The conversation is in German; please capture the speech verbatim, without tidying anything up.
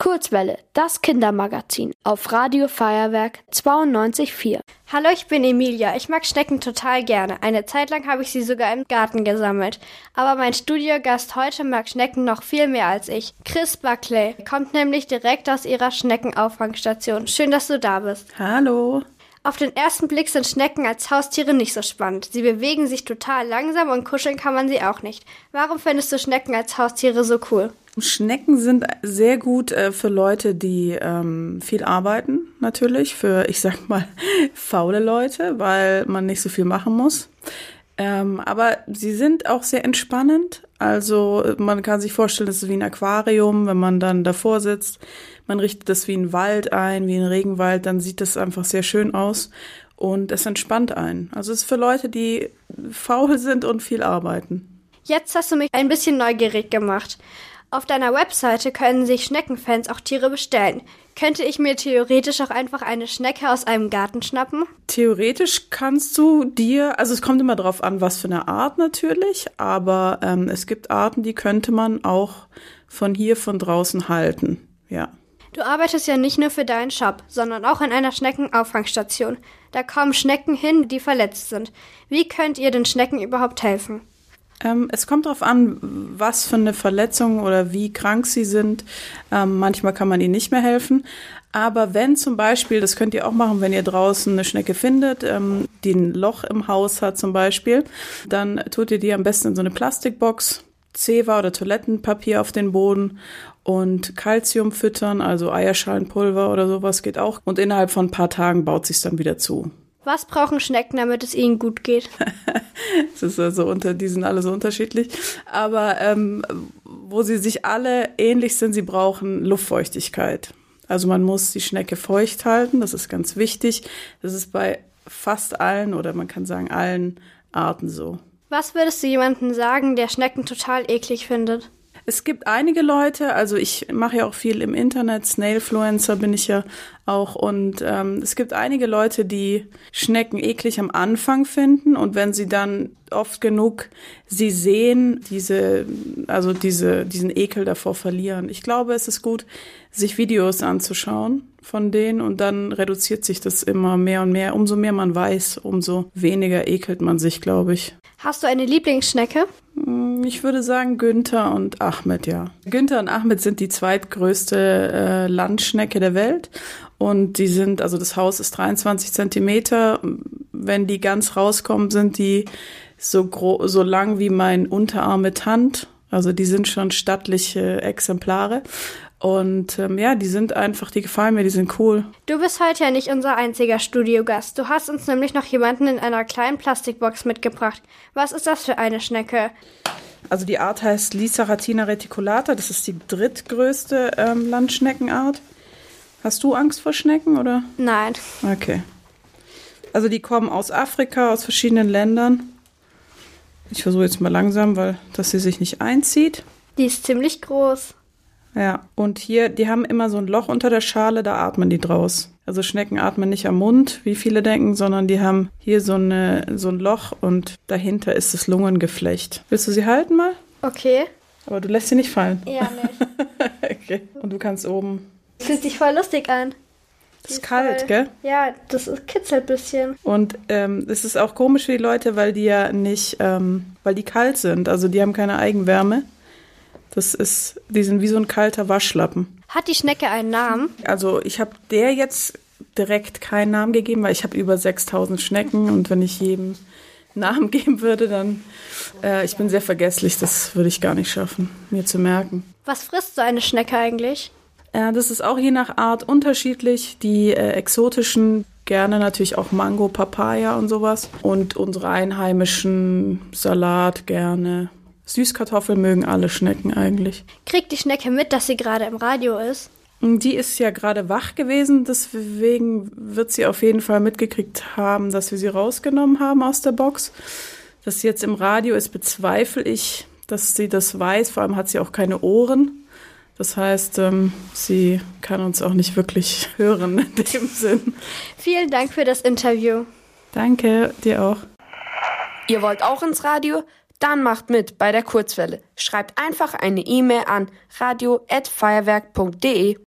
Kurzwelle, das Kindermagazin auf Radio Feuerwerk zweiundneunzig Komma vier. Hallo, ich bin Emilia. Ich mag Schnecken total gerne. Eine Zeit lang habe ich sie sogar im Garten gesammelt. Aber mein Studiogast heute mag Schnecken noch viel mehr als ich. Chris Buckley kommt nämlich direkt aus ihrer Schneckenauffangstation. Schön, dass du da bist. Hallo. Auf den ersten Blick sind Schnecken als Haustiere nicht so spannend. Sie bewegen sich total langsam und kuscheln kann man sie auch nicht. Warum findest du Schnecken als Haustiere so cool? Schnecken sind sehr gut äh, für Leute, die ähm, viel arbeiten, natürlich. Für, ich sag mal, faule Leute, weil man nicht so viel machen muss. Ähm, aber sie sind auch sehr entspannend. Also man kann sich vorstellen, das ist wie ein Aquarium, wenn man dann davor sitzt. Man richtet das wie ein Wald ein, wie ein Regenwald, dann sieht das einfach sehr schön aus und es entspannt einen. Also es ist für Leute, die faul sind und viel arbeiten. Jetzt hast du mich ein bisschen neugierig gemacht. Auf deiner Webseite können sich Schneckenfans auch Tiere bestellen. Könnte ich mir theoretisch auch einfach eine Schnecke aus einem Garten schnappen? Theoretisch kannst du dir, also es kommt immer drauf an, was für eine Art natürlich, aber ähm, es gibt Arten, die könnte man auch von hier, von draußen halten, ja. Du arbeitest ja nicht nur für deinen Shop, sondern auch in einer Schneckenauffangstation. Da kommen Schnecken hin, die verletzt sind. Wie könnt ihr den Schnecken überhaupt helfen? Ähm, es kommt darauf an, was für eine Verletzung oder wie krank sie sind. Ähm, manchmal kann man ihnen nicht mehr helfen. Aber wenn zum Beispiel, das könnt ihr auch machen, wenn ihr draußen eine Schnecke findet, ähm, die ein Loch im Haus hat zum Beispiel, dann tut ihr die am besten in so eine Plastikbox, Zewa oder Toilettenpapier auf den Boden und Calcium füttern, also Eierschalenpulver oder sowas geht auch. Und innerhalb von ein paar Tagen baut sich's dann wieder zu. Was brauchen Schnecken, damit es ihnen gut geht? Es ist also unter, die sind alle so unterschiedlich. Aber ähm, wo sie sich alle ähnlich sind, sie brauchen Luftfeuchtigkeit. Also man muss die Schnecke feucht halten, das ist ganz wichtig. Das ist bei fast allen oder man kann sagen allen Arten so. Was würdest du jemandem sagen, der Schnecken total eklig findet? Es gibt einige Leute, also ich mache ja auch viel im Internet, Snailfluencer bin ich ja auch und ähm, es gibt einige Leute, die Schnecken eklig am Anfang finden und wenn sie dann oft genug sie sehen, diese, also diese, diesen Ekel davor verlieren. Ich glaube, es ist gut, sich Videos anzuschauen von denen und dann reduziert sich das immer mehr und mehr. Umso mehr man weiß, umso weniger ekelt man sich, glaube ich. Hast du eine Lieblingsschnecke? Ich würde sagen Günther und Ahmed, ja. Günther und Ahmed sind die zweitgrößte äh, Landschnecke der Welt und die sind, also das Haus ist dreiundzwanzig Zentimeter. Wenn die ganz rauskommen, sind die so gro- so lang wie mein Unterarm mit Hand. Also die sind schon stattliche Exemplare. Und ähm, ja, die sind einfach, die gefallen mir, die sind cool. Du bist heute ja nicht unser einziger Studiogast. Du hast uns nämlich noch jemanden in einer kleinen Plastikbox mitgebracht. Was ist das für eine Schnecke? Also die Art heißt Lisaratina reticulata. Das ist die drittgrößte ähm, Landschneckenart. Hast du Angst vor Schnecken, oder? Nein. Okay. Also die kommen aus Afrika, aus verschiedenen Ländern. Ich versuche jetzt mal langsam, weil dass sie sich nicht einzieht. Die ist ziemlich groß. Ja, und hier, die haben immer so ein Loch unter der Schale, da atmen die draus. Also Schnecken atmen nicht am Mund, wie viele denken, sondern die haben hier so, eine, so ein Loch und dahinter ist das Lungengeflecht. Willst du sie halten mal? Okay. Aber du lässt sie nicht fallen. Ja, nicht. Okay. Und du kannst oben... Fühlt sich voll lustig an. Das ist kalt, voll, gell? Ja, das ist, kitzelt ein bisschen. Und ähm, es ist auch komisch für die Leute, weil die ja nicht, ähm, weil die kalt sind. Also die haben keine Eigenwärme. Das ist, die sind wie so ein kalter Waschlappen. Hat die Schnecke einen Namen? Also ich habe der jetzt direkt keinen Namen gegeben, weil ich habe über sechstausend Schnecken und wenn ich jedem Namen geben würde, dann, äh, ich bin sehr vergesslich, das würde ich gar nicht schaffen, mir zu merken. Was frisst so eine Schnecke eigentlich? Äh, das ist auch je nach Art unterschiedlich. Die äh, exotischen gerne natürlich auch Mango, Papaya und sowas. Und unsere einheimischen Salat gerne. Süßkartoffeln mögen alle Schnecken eigentlich. Kriegt die Schnecke mit, dass sie gerade im Radio ist? Die ist ja gerade wach gewesen, deswegen wird sie auf jeden Fall mitgekriegt haben, dass wir sie rausgenommen haben aus der Box. Dass sie jetzt im Radio ist, bezweifle ich, dass sie das weiß. Vor allem hat sie auch keine Ohren. Das heißt, ähm, sie kann uns auch nicht wirklich hören in dem Sinn. Vielen Dank für das Interview. Danke, dir auch. Ihr wollt auch ins Radio? Dann macht mit bei der Kurzwelle. Schreibt einfach eine E-Mail an radio at feuerwerk punkt de.